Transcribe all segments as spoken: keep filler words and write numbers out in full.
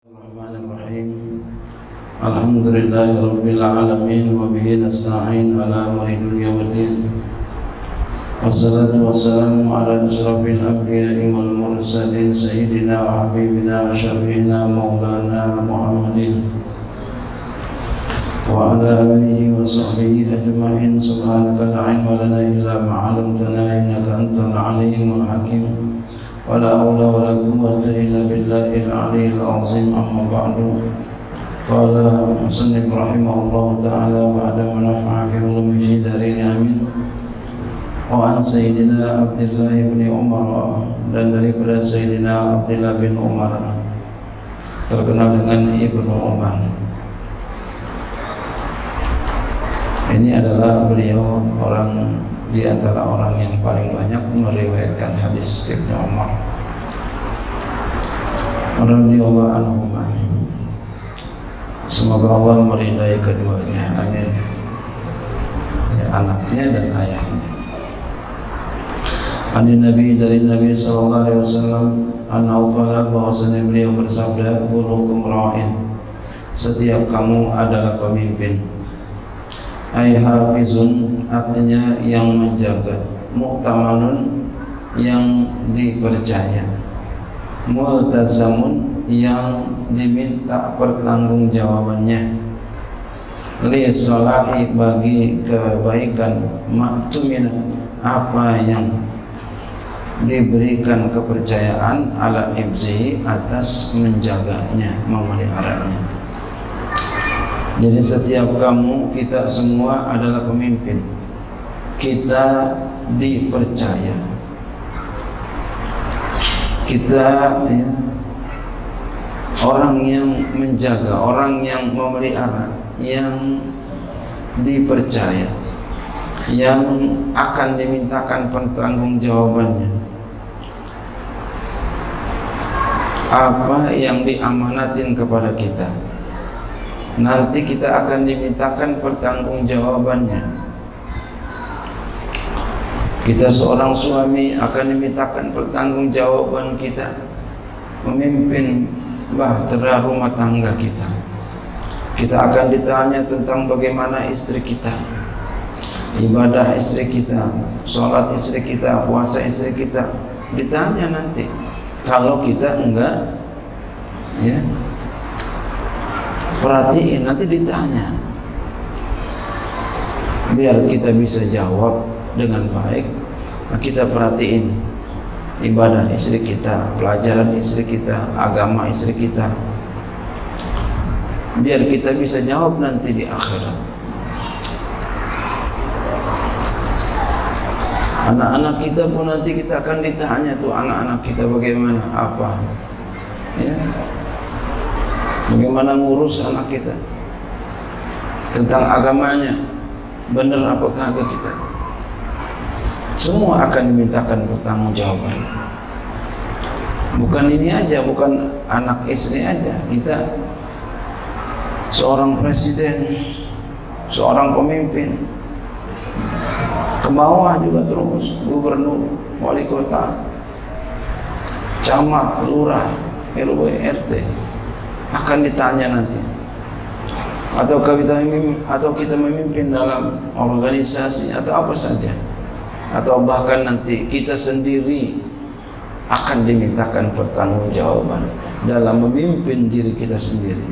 Bismillahirrahmanirrahim. Alhamdulillahirabbil alamin wa bihi nasta'in ala umuri dunya waddin. Wassalatu wassalamu ala asyrafil anbiya'i wal mursalin sayyidina wa habibina wa syafi'ina maulana Muhammadin wa ala alihi wa sahbihi ajma'in. Subhanaka la ilma lana illa ma 'allamtana innaka antal alimul hakim. Wala haula wala quwwata illa billahil aliyyil azim. Amma ba'du. Qala musannif rahimahullahu ta'ala wa ada nafa'a fi ulumi darin amin. Wa an sayyidina Abdullah bin Umar, dan daripada sayyidina Abdullah bin Umar terkenal dengan Ibnu Umar. Ini adalah beliau orang di antara orang yang paling banyak meriwayatkan hadis Ibnu Umar radhiyallahu anhu. Semoga Allah meridai keduanya, amin. Ya, anaknya dan ayahnya. Ani Nabi, dari Nabi sallallahu alaihi wasallam, anau qala, bahwasanya beliau bersabda, kullukum ra'in, setiap kamu adalah pemimpin. Ai hafizun, artinya yang menjaga, mu'tamanun, yang dipercaya, multazamun, yang diminta pertanggungjawabannya, li salahi, bagi kebaikan, maktumina, apa yang diberikan kepercayaan, ala hifzihi, atas menjaganya, memeliharanya. Jadi setiap kamu, kita semua adalah pemimpin. Kita dipercaya. Kita ya, orang yang menjaga, orang yang memelihara, yang dipercaya, yang akan dimintakan pertanggungjawabannya. Apa yang diamanatin kepada kita, nanti kita akan dimintakan pertanggungjawabannya. Kita seorang suami akan dimintakan pertanggungjawaban kita memimpin bahtera rumah tangga kita. Kita akan ditanya tentang bagaimana istri kita, ibadah istri kita, sholat istri kita, puasa istri kita, ditanya nanti. Kalau kita enggak, ya, perhatiin, nanti ditanya. Biar kita bisa jawab dengan baik, kita perhatiin ibadah istri kita, pelajaran istri kita, agama istri kita, biar kita bisa jawab nanti di akhirat. Anak-anak kita pun nanti kita akan ditanya tuh, anak-anak kita bagaimana, apa, ya, bagaimana ngurus anak kita, tentang agamanya, benar apa kagak kita. Semua akan dimintakan pertanggungjawaban. Bukan ini aja, bukan anak istri aja. Kita seorang presiden, seorang pemimpin, ke bawah juga terus, gubernur, wali kota, camat, lurah, R W, R T, akan ditanya nanti. Atau kita memimpin, atau kita memimpin dalam organisasi atau apa saja, atau bahkan nanti kita sendiri akan dimintakan pertanggungjawaban dalam memimpin diri kita sendiri.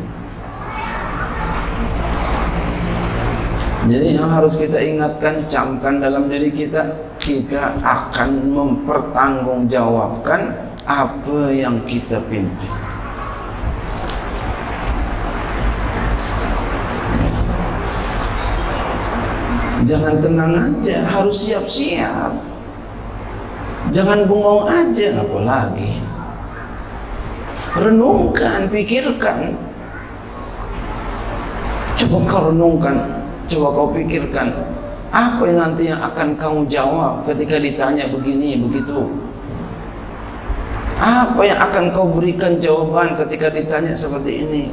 Jadi yang harus kita ingatkan, camkan dalam diri kita, kita akan mempertanggungjawabkan apa yang kita pimpin. Jangan tenang aja, harus siap-siap. Jangan bengong aja, apalagi. Renungkan, pikirkan. Coba kau renungkan, coba kau pikirkan, apa yang nanti yang akan kamu jawab ketika ditanya begini, begitu. Apa yang akan kau berikan jawaban ketika ditanya seperti ini?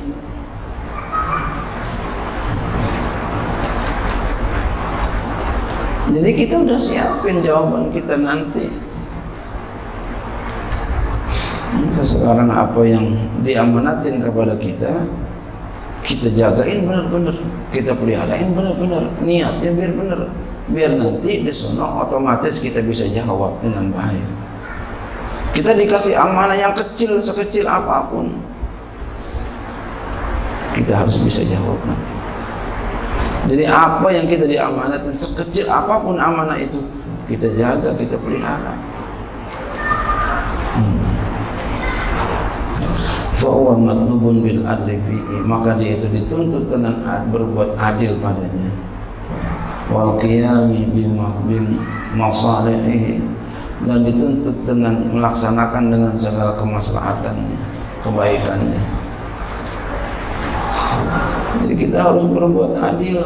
Jadi kita udah siapin jawaban kita nanti. Maka sekarang apa yang diamanatin kepada kita, kita jagain benar-benar, kita peliharain benar-benar, niatnya biar benar, biar nanti di sana otomatis kita bisa jawab dengan baik. Kita dikasih amanah yang kecil sekecil apapun, kita harus bisa jawab nanti. Jadi apa yang kita diamanatin, sekecil apapun amanah itu, kita jaga, kita pelihara. Hmm. Fahuwa matlubun bil adli fi'i, maka dia itu dituntut dengan berbuat adil padanya, wal qiyami bima bimasalihi, dan dituntut dengan melaksanakan dengan segala kemaslahatannya, kebaikannya. Jadi kita harus berbuat adil,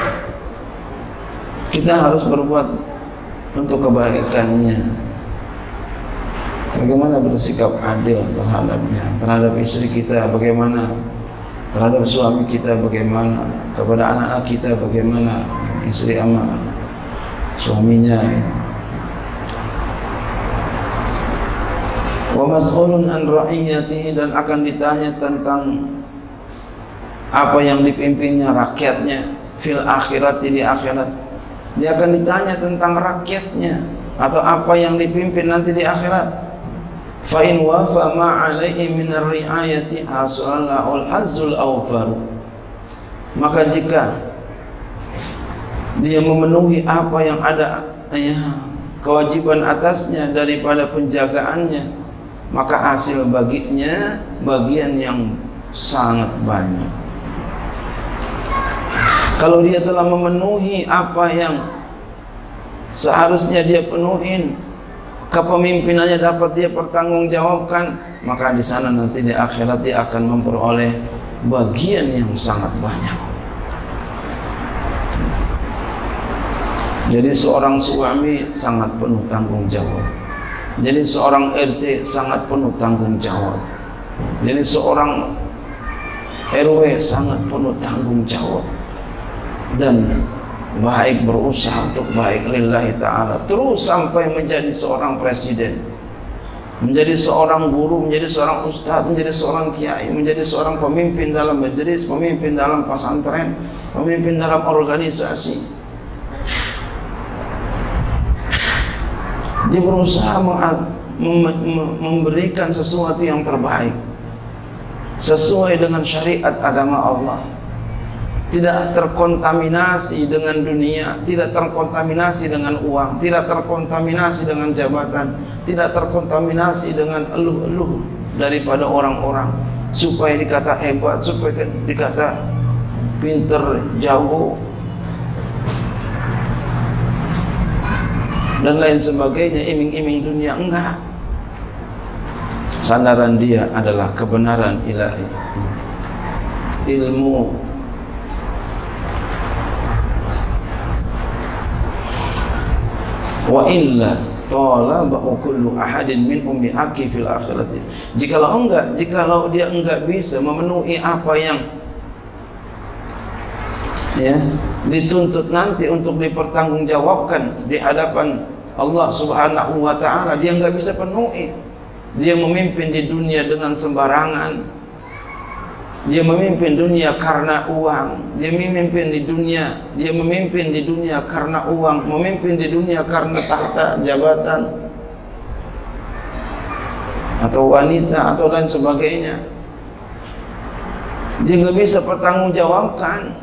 kita harus berbuat untuk kebaikannya. Bagaimana bersikap adil terhadapnya, terhadap istri kita bagaimana, terhadap suami kita bagaimana, kepada anak-anak kita bagaimana, istri sama suaminya. Wa mas'ulun an ra'iyatihi, dan akan ditanya tentang apa yang dipimpinnya, rakyatnya, fil akhirat, di akhirat. Dia akan ditanya tentang rakyatnya atau apa yang dipimpin nanti di akhirat. Fa in wafa ma alaihi min ar-ri'ayati hasalul hazzul awfar, maka jika dia memenuhi apa yang ada ya, kewajiban atasnya daripada penjagaannya, maka hasil baginya bagian yang sangat banyak. Kalau dia telah memenuhi apa yang seharusnya dia penuhin, kepemimpinannya dapat dia pertanggungjawabkan, maka di sana nanti di akhirat dia akan memperoleh bagian yang sangat banyak. Jadi seorang suami sangat penuh tanggung jawab. Jadi seorang R T sangat penuh tanggung jawab. Jadi seorang R W sangat penuh tanggung jawab. Dan baik berusaha untuk baik lillahi ta'ala, terus sampai menjadi seorang presiden, menjadi seorang guru, menjadi seorang ustadz, menjadi seorang kiai, menjadi seorang pemimpin dalam majelis, pemimpin dalam pesantren, pemimpin dalam organisasi. Dia berusaha memberikan sesuatu yang terbaik sesuai dengan syariat agama Allah, tidak terkontaminasi dengan dunia, tidak terkontaminasi dengan uang, tidak terkontaminasi dengan jabatan, tidak terkontaminasi dengan eluh-eluh daripada orang-orang, supaya dikata hebat, supaya dikata pinter, jago, dan lain sebagainya, iming-iming dunia. Enggak. Sandaran dia adalah kebenaran ilahi, ilmu. Wa illa talabahu kullu ahadin min ummi haqi fil akhirati. Jikalau enggak, jikalau dia enggak bisa memenuhi apa yang ya dituntut nanti untuk dipertanggungjawabkan di hadapan Allah Subhanahu wa taala, dia enggak bisa penuhi. Dia memimpin di dunia dengan sembarangan. Dia memimpin dunia karena uang. Dia memimpin di dunia, dia memimpin di dunia karena uang, memimpin di dunia karena tahta, jabatan, atau wanita, atau lain sebagainya. Dia nggak bisa pertanggungjawabkan.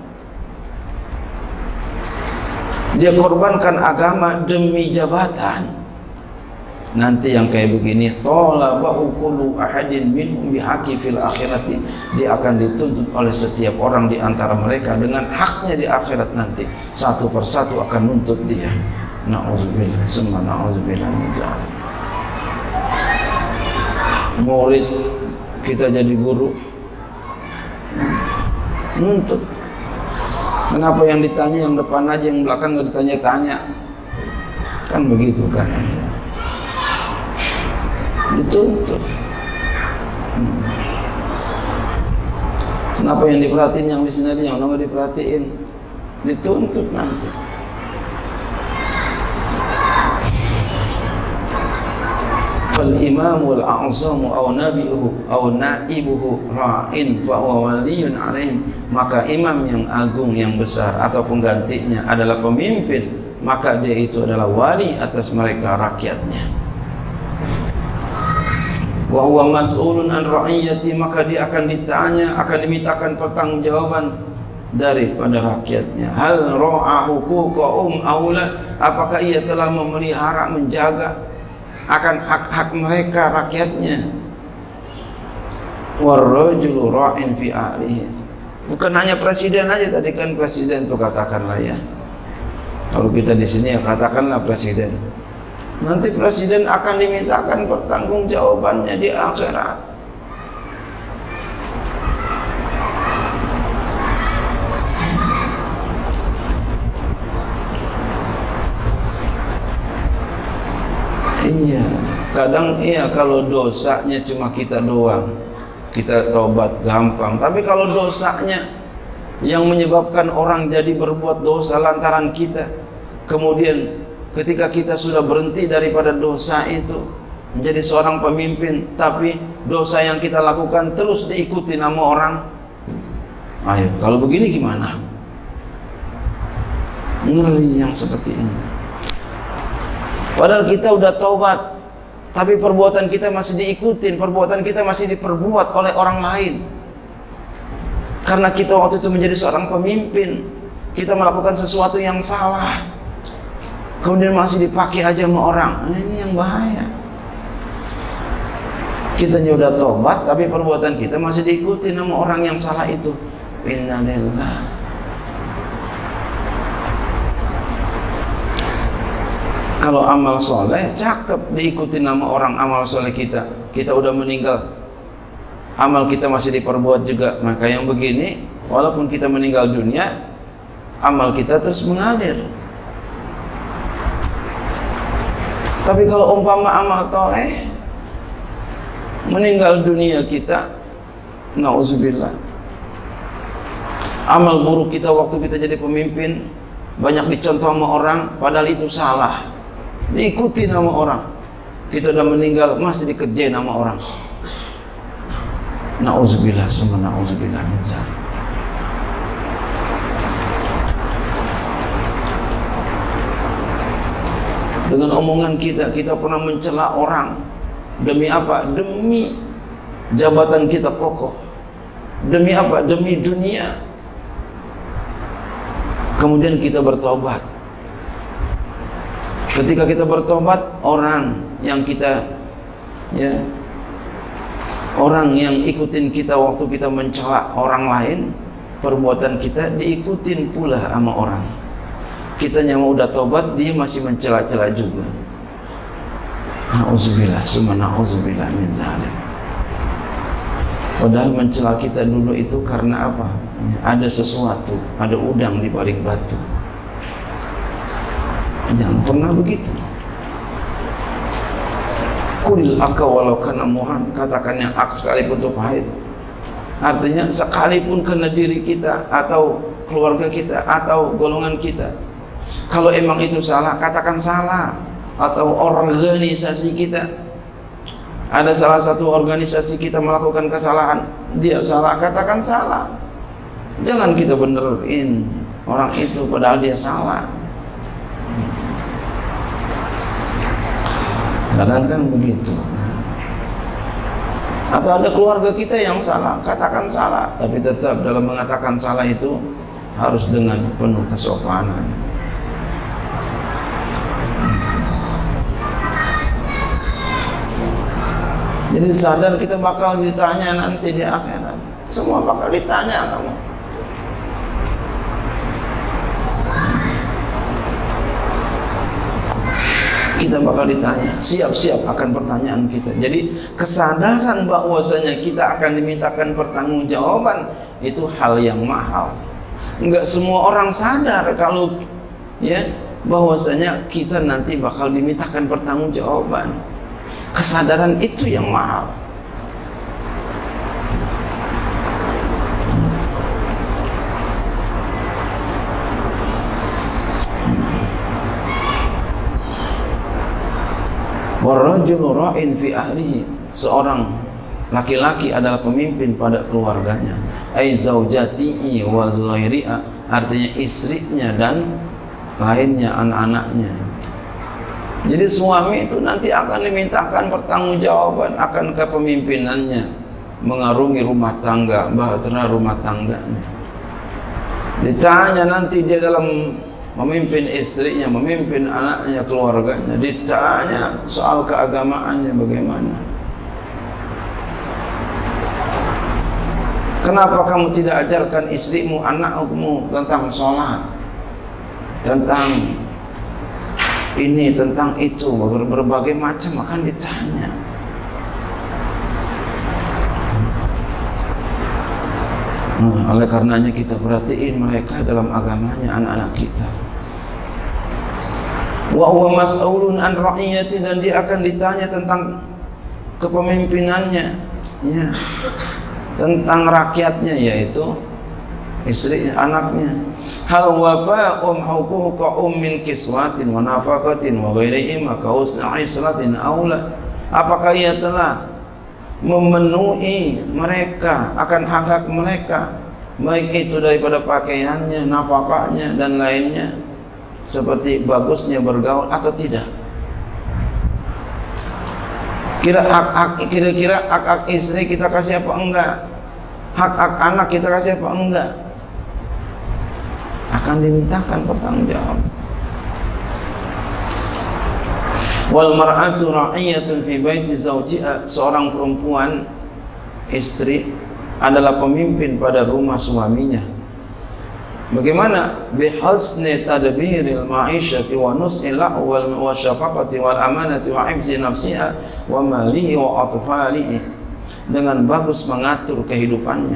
Dia korbankan agama demi jabatan. Nanti yang kayak begini, talabahu kullu ahadin minhum bihaqqi fil akhirati, dia akan dituntut oleh setiap orang di antara mereka dengan haknya di akhirat nanti. Satu persatu akan nuntut dia. Na'udzubillah, summa na'udzubillah min dzalik. Murid kita jadi guru, nuntut. Kenapa yang ditanya yang depan aja, yang belakang nggak ditanya-tanya? Kan begitu kan? Dituntut. Hmm. Kenapa yang diperhatiin yang di sini, yang nggak diperhatiin? Dituntut nanti. Fa fal imamul a'zamu aw nabiuhu aw naibuhu ra'in fa huwa waliyun alaihim, maka imam yang agung yang besar atau penggantinya adalah pemimpin, maka dia itu adalah wali atas mereka rakyatnya. Wa huwa mas'ulun an ra'iyati, maka dia akan ditanya, akan dimintakan pertanggungjawaban daripada rakyatnya. Hal ra'a huquqahum aula, apakah ia telah memelihara, menjaga akan hak-hak mereka rakyatnya. Warrajulu ra'in fi ahlihi, bukan hanya presiden aja, tadi kan presiden tuh katakanlah ya, kalau kita di sini ya katakanlah presiden, nanti presiden akan dimintakan pertanggungjawabannya di akhirat. Iya, kadang iya kalau dosanya cuma kita doang, kita tobat gampang. Tapi kalau dosanya yang menyebabkan orang jadi berbuat dosa lantaran kita, kemudian ketika kita sudah berhenti daripada dosa itu, menjadi seorang pemimpin, tapi dosa yang kita lakukan terus diikuti nama orang, ayo, kalau begini gimana? Ngeri yang seperti ini. Padahal kita udah taubat, tapi perbuatan kita masih diikutin, perbuatan kita masih diperbuat oleh orang lain. Karena kita waktu itu menjadi seorang pemimpin, kita melakukan sesuatu yang salah, kemudian masih dipakai aja sama orang. Nah, ini yang bahaya. Kita udah taubat, tapi perbuatan kita masih diikutin sama orang yang salah itu. Innalillah. Kalau amal soleh cakep diikuti nama orang amal soleh kita, kita udah meninggal, amal kita masih diperbuat juga. Maka yang begini, walaupun kita meninggal dunia, amal kita terus mengalir. Tapi kalau umpama amal soleh meninggal dunia kita, nauzubillah, amal buruk kita waktu kita jadi pemimpin banyak dicontoh sama orang, padahal itu salah, diikuti nama orang. Kita udah meninggal masih dikerjain nama orang. Nauzubillah, summa nauzubillah min dzalik. Dengan omongan kita, kita pernah mencela orang. Demi apa? Demi jabatan kita kokoh. Demi apa? Demi dunia. Kemudian kita bertobat. Ketika kita bertobat, orang yang kita ya orang yang ikutin kita waktu kita mencela orang lain, perbuatan kita diikutin pula sama orang. Kita yang udah tobat, dia masih mencela-cela juga. Nauzubillah, summa nauzubillah min dzalik. Padahal mencela kita dulu itu karena apa? Ada sesuatu, ada udang di balik batu. Jangan pernah begitu. Qulil haqqa walau kana murran, katakan yang hak sekalipun itu pahit. Artinya sekalipun kena diri kita atau keluarga kita atau golongan kita. Kalau emang itu salah, katakan salah. Atau organisasi kita, ada salah satu organisasi kita melakukan kesalahan, dia salah, katakan salah. Jangan kita benerin orang itu padahal dia salah. Kadang kan begitu. Atau ada keluarga kita yang salah, katakan salah, tapi tetap dalam mengatakan salah itu harus dengan penuh kesopanan. Jadi sadar kita bakal ditanya nanti di akhirat. Semua bakal ditanya kamu. Kita bakal ditanya, siap-siap akan pertanyaan kita. Jadi kesadaran bahwasanya kita akan dimintakan pertanggungjawaban itu hal yang mahal. Enggak semua orang sadar kalau ya bahwasanya kita nanti bakal dimintakan pertanggungjawaban. Kesadaran itu yang mahal. Ar-rajulu ra'in fi ahlihi, seorang laki-laki adalah pemimpin pada keluarganya. Ai zaujatihi wa zairiha, artinya istrinya dan lainnya, anak-anaknya. Jadi suami itu nanti akan dimintakan pertanggungjawaban akan kepemimpinannya, mengarungi rumah tangga, bahtera rumah tangganya. Ditanya nanti dia dalam memimpin istrinya, memimpin anaknya, keluarganya, ditanya soal keagamaannya bagaimana. Kenapa kamu tidak ajarkan istrimu, anakmu tentang sholat, tentang ini, tentang itu, berbagai macam akan ditanya. Nah, oleh karenanya kita perhatiin mereka dalam agamanya, anak-anak kita. Wa huwa mas'ulun an ra'iyati, dan dia akan ditanya tentang kepemimpinannya, ya, tentang rakyatnya, yaitu istrinya, anaknya. Hal wafa'um huquqa ummin kiswatin wa nafaqatin wa ghairihima ka husna isratin aula, apakah ia telah memenuhi mereka akan hak-hak mereka, baik itu daripada pakaiannya, nafkahnya dan lainnya, seperti bagusnya bergaul atau tidak. Kira hak-hak, kira-kira hak-hak istri kita kasih apa enggak, hak-hak anak kita kasih apa enggak, akan dimintakan pertanggungjawab. Wal mar'atu ra'iyatun fi baiti zawjiha, seorang perempuan, istri, adalah pemimpin pada rumah suaminya. Bagaimana? Bihusni tadbiril ma'isyati wa nus'il wal wa syafaqati wal amanati wa hifzi nafsiha wa malihi wa atfalihi, dengan bagus mengatur kehidupannya.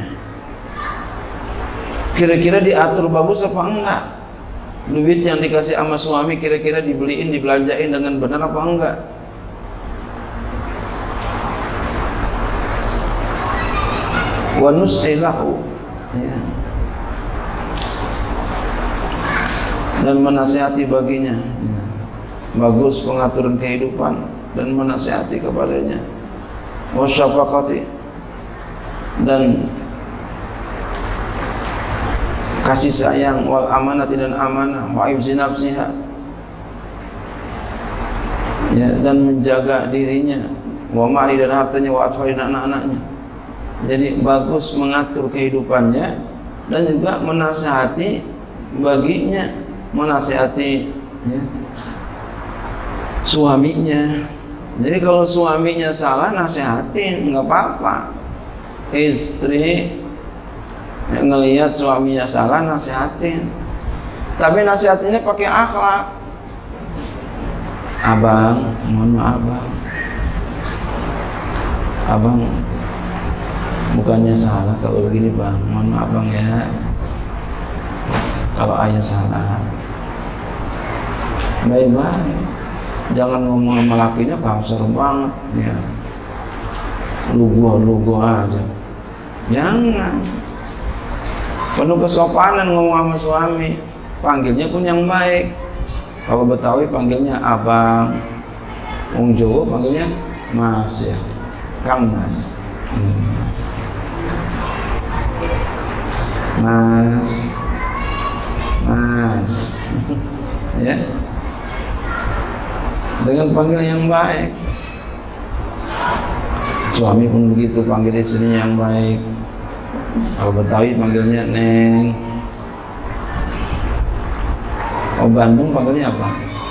Kira-kira diatur bagus apa enggak? Duit yang dikasih sama suami kira-kira dibeliin, dibelanjain dengan benar apa enggak? Wa nus'ilahu, ya, dan menasihati baginya, ya, bagus pengaturan kehidupan dan menasihati kepadanya. Wa syafaqati, dan kasih sayang, wal amanati, dan amanah, wa hifzi nafsiha, ya, dan menjaga dirinya, wa mali, dan hartanya, wa atfali, dan anak-anaknya. Jadi bagus mengatur kehidupannya dan juga menasihati baginya, menasihati, ya, suaminya. Jadi kalau suaminya salah, nasihatin, nggak apa-apa. Istri yang ngelihat suaminya salah, nasihatin, tapi nasihatinnya pakai akhlak. Abang, mohon maaf bang, abang bukannya salah kalau begini bang, mohon maaf bang ya, kalau ayah salah, baik-baik, jangan ngomong sama lakinya kasar banget, ya, lugu-lugu aja, jangan. Penuh kesopanan ngomong sama suami, panggilnya pun yang baik. Kalau Betawi panggilnya abang, wong Jawa panggilnya mas, ya, Kang Mas, hmm. Mas, Mas, ya, dengan panggil yang baik. Suami pun begitu, panggil istrinya yang baik. Kalau Betawi panggilnya Neng. Oh, Bandung panggilnya apa?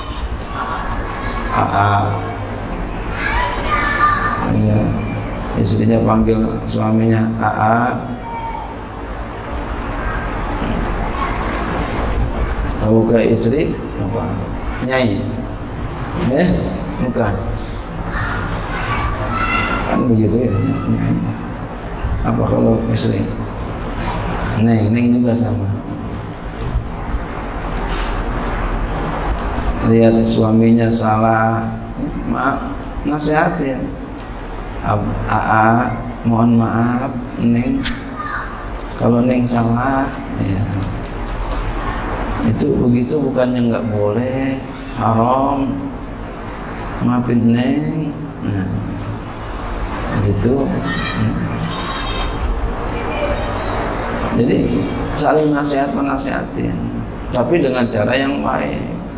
Aa. Ya, istrinya panggil suaminya Aa. Kalau ke istri apa? Nyai. Eh, bukan. Kan begitu ya. Nyai. Apa kalau istri? Neng, Neng juga sama. Lihat suaminya salah, maaf, nasihatin. Aa, mohon maaf, Neng. Kalau Neng salah, ya, itu begitu bukannya nggak boleh, haram. Maafin Neng. Nah, gitu. Jadi saling nasihat menasihatin, tapi dengan cara yang baik.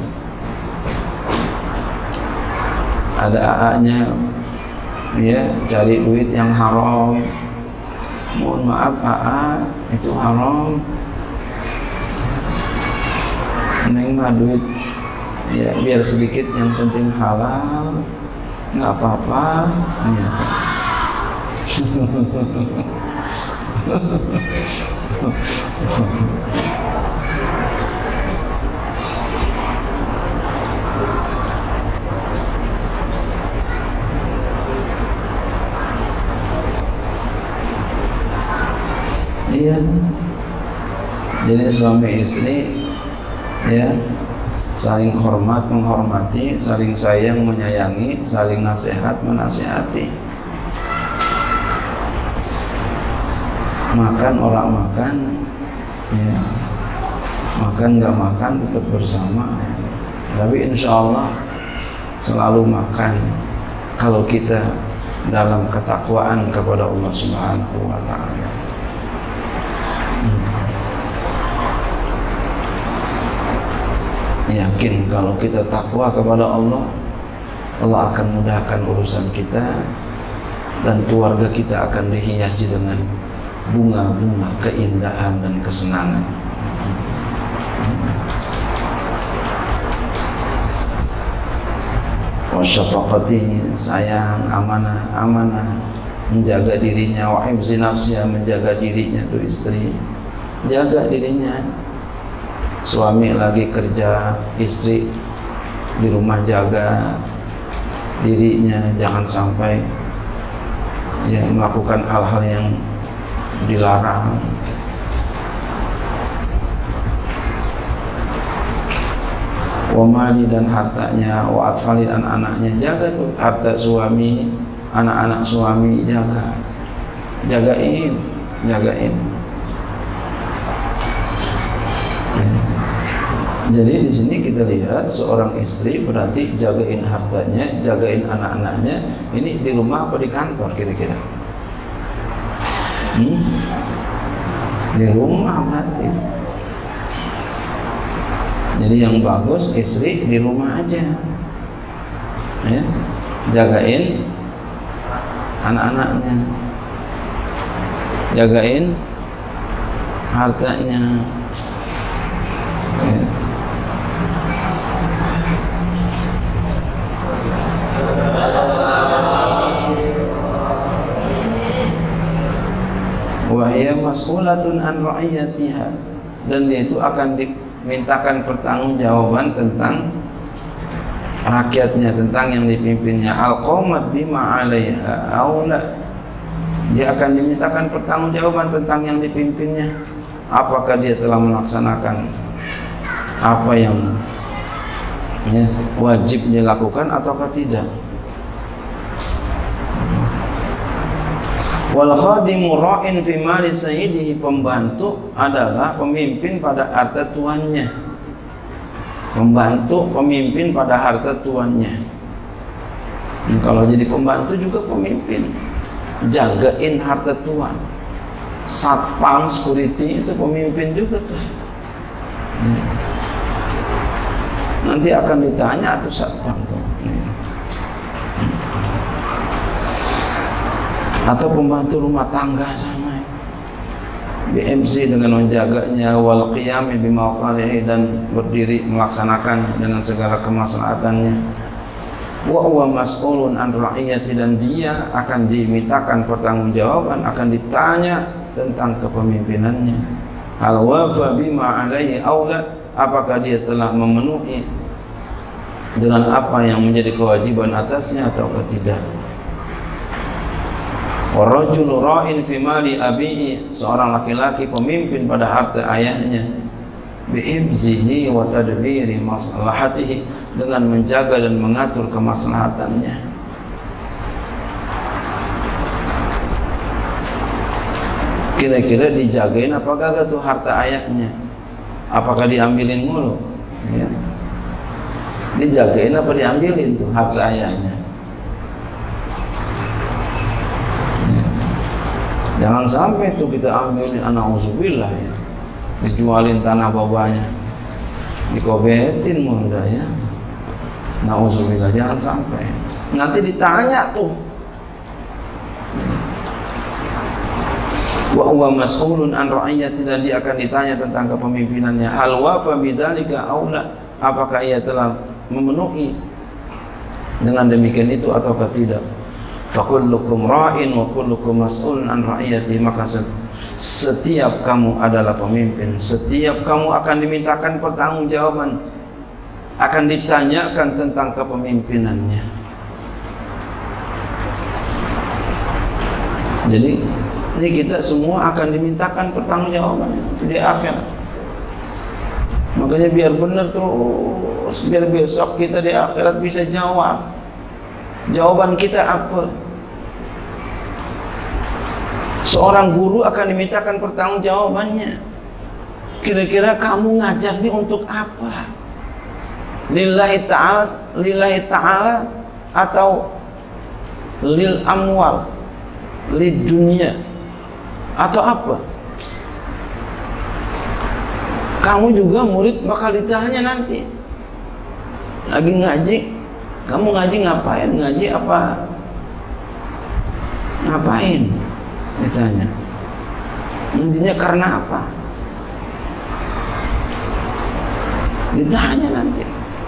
Ada A A-nya ya cari duit yang haram, mohon maaf A A itu haram. Neng mah duit ya biar sedikit, yang penting halal, nggak apa-apa ya. Iya, jadi suami istri ya saling hormat menghormati, saling sayang menyayangi, saling nasihat menasihati. Makan orang makan, ya makan nggak makan tetap bersama. Tapi insya Allah selalu makan kalau kita dalam ketakwaan kepada Allah Subhanahu Wa Taala. Yakin kalau kita takwa kepada Allah, Allah akan mudahkan urusan kita dan keluarga kita akan dihiasi dengan bunga-bunga keindahan dan kesenangan. Wa syafaqati, sayang, amanah, amanah, menjaga dirinya, wa hifzi nafsiha, menjaga dirinya tuh istri, jaga dirinya. Suami lagi kerja, istri di rumah jaga dirinya, jangan sampai ya melakukan hal-hal yang dilarang. Wa mali, dan hartanya, wa atfali, dan anaknya, jaga tuh harta suami, anak-anak suami, jaga, jagain, jagain. Jadi di sini kita lihat seorang istri berarti jagain hartanya, jagain anak-anaknya. Ini di rumah apa di kantor kira-kira? Hmm? Di rumah berarti. Jadi yang bagus istri di rumah aja, ya, jagain anak-anaknya, jagain hartanya. Ya. Wahia mas'ulatun an ra'iyatiha, dan dia itu akan dimintakan pertanggungjawaban tentang rakyatnya, tentang yang dipimpinnya. Al-qawmat bima 'alaiha aula, dia akan dimintakan pertanggungjawaban tentang yang dipimpinnya, apakah dia telah melaksanakan apa yang ya, wajib dilakukan ataukah tidak. Wal khadimu ra'in fi mali sayyidihi, pembantu adalah pemimpin pada harta tuannya. Pembantu pemimpin pada harta tuannya. Dan kalau jadi pembantu juga pemimpin, jagain harta tuan. Satpam security itu pemimpin juga tuh. Ya. Nanti akan ditanya tuh satpam tuh. Atau pembantu rumah tangga sama B M C dengan menjaganya, wal qiyam bima salihi, dan berdiri melaksanakan dengan segala kemaslahatannya. Wa huwa mas'ulun an ra'iyati, dan dia akan dimintakan pertanggungjawaban, akan ditanya tentang kepemimpinannya. Hal wafa bima alaihi aula, apakah dia telah memenuhi dengan apa yang menjadi kewajiban atasnya atau tidak. Warajul ra'in fi mali abihi, seorang laki-laki pemimpin pada harta ayahnya, bi'ibzihi wa tadbiri maslahatihi, dengan menjaga dan mengatur kemaslahatannya. Kira-kira dijagain apa kagak tuh harta ayahnya? Apakah diambilin mulu? Ya. Dijagain apa diambilin tuh harta ayahnya? Jangan sampai tuh kita ambilin anauzubillah ya, dijualin tanah babanya, dikobetin mudah ya. Nauzubillah, jangan sampai. Nanti ditanya tuh. Wa huwa mas'ulun an ra'iyati, dan dia akan ditanya tentang kepemimpinannya. Hal wafa bizalika aula, apakah ia telah memenuhi dengan demikian itu ataukah tidak. Fakullukum ra'in wa kullukum mas'ulun an ra'iyati, maka setiap kamu adalah pemimpin, setiap kamu akan dimintakan pertanggungjawaban, akan ditanyakan tentang kepemimpinannya. Jadi ini kita semua akan dimintakan pertanggungjawaban di akhirat. Makanya biar benar terus, biar besok kita di akhirat bisa jawab. Jawaban kita apa? Seorang guru akan dimintakan pertanggungjawabannya. Kira-kira kamu ngajar ini untuk apa? Lillahi ta'ala, lillahi ta'ala, atau lil amwal, lid dunia, atau apa? Kamu juga murid bakal ditanya nanti. Lagi ngaji, kamu ngaji ngapain? Ngaji apa? Ngapain? Ditanya. Ngajinya karena apa? Ditanya nanti.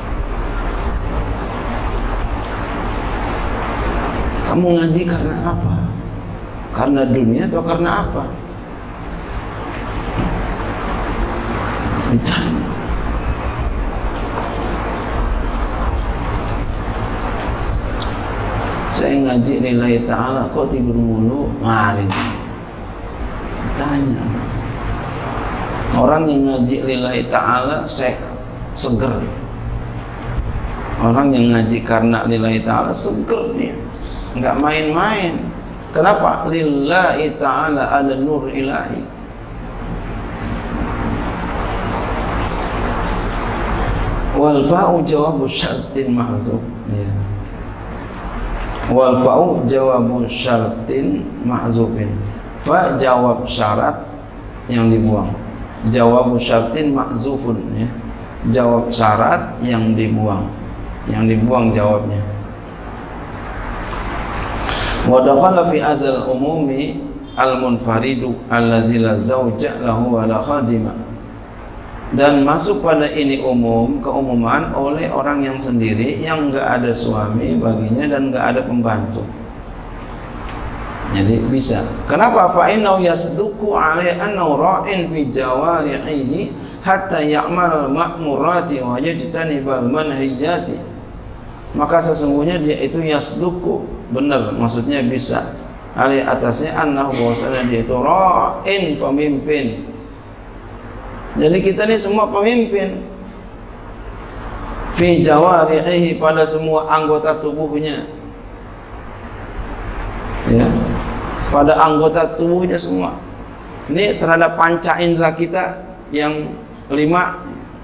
Kamu ngaji karena apa? Karena dunia atau karena apa? Ditanya. Saya ngaji lillahi ta'ala, kok tidur mulu? Mari tanya. Orang yang ngaji lillahi ta'ala saya seger. Orang yang ngaji karena lillahi ta'ala seger dia, nggak main-main. Kenapa? Lillahi ta'ala, ada nur ilahi. Wal fa'u jawabu syartin mahzub ya. Wal fa'u jawabu syartin mahzubin. Fa jawab syarat yang dibuang. Jawabu syartin mahzufun ya. Jawab syarat yang dibuang. Yang dibuang jawabnya. Wa dakhala fi hadzal umumi al-munfaridu allazi la zawja lahu wa la khadima. Dan masuk pada ini umum, keumuman oleh orang yang sendiri, yang enggak ada suami baginya dan enggak ada pembantu. Jadi bisa. Kenapa? Fa innahu yasduqu alai annahu ra'in fi jawarihi hatta ya'mal al-ma'murati wa yajtanibal manhiyati. Maka sesungguhnya dia itu yasduqu, benar, maksudnya bisa. Alai atasnya annahu, bahwasanya dia itu ra'in, pemimpin. Jadi kita ini semua pemimpin. Fi jawarihi, pada semua anggota tubuhnya. Ya. Pada anggota tubuhnya semua. Ini terhadap panca indera kita yang lima.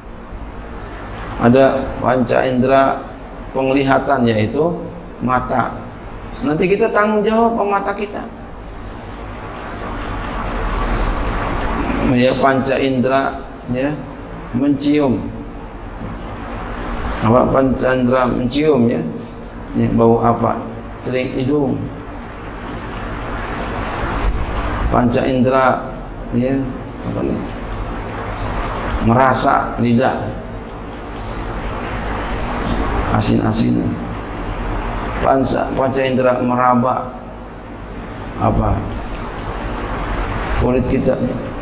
Ada panca indera penglihatan, yaitu mata. Nanti kita tanggung jawab sama mata kita. Ya, panca indera ya, mencium. Apa panca indera mencium ya? Ya, bau apa? Teling hidung. Panca indera ya, apa nih? Merasa lidah. Asin-asin. Panca panca indera meraba apa? Kulit kita.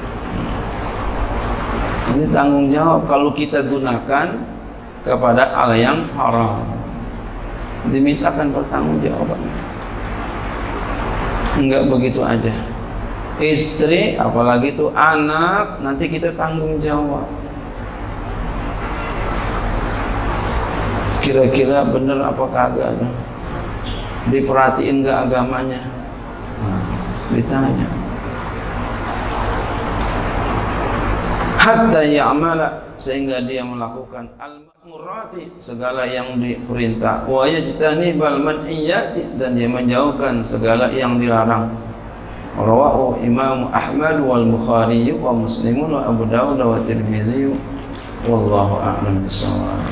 Ini tanggung jawab kalau kita gunakan kepada hal yang haram, dimintakan pertanggungjawaban. Enggak begitu aja. Istri, apalagi itu anak, nanti kita tanggung jawab. Kira-kira benar apa kagak? Diperhatiin enggak agamanya? Nah, ditanya. Hatta ya'mala, sehingga dia melakukan al-ma'murati, segala yang diperintah, wa yajtanibal manhiyati, dan dia menjauhkan segala yang dilarang. Rawahu Imam Ahmad wal Bukhari wa Muslim wa Abu Dawud wa Tirmizi wallahu a'lam bissawab.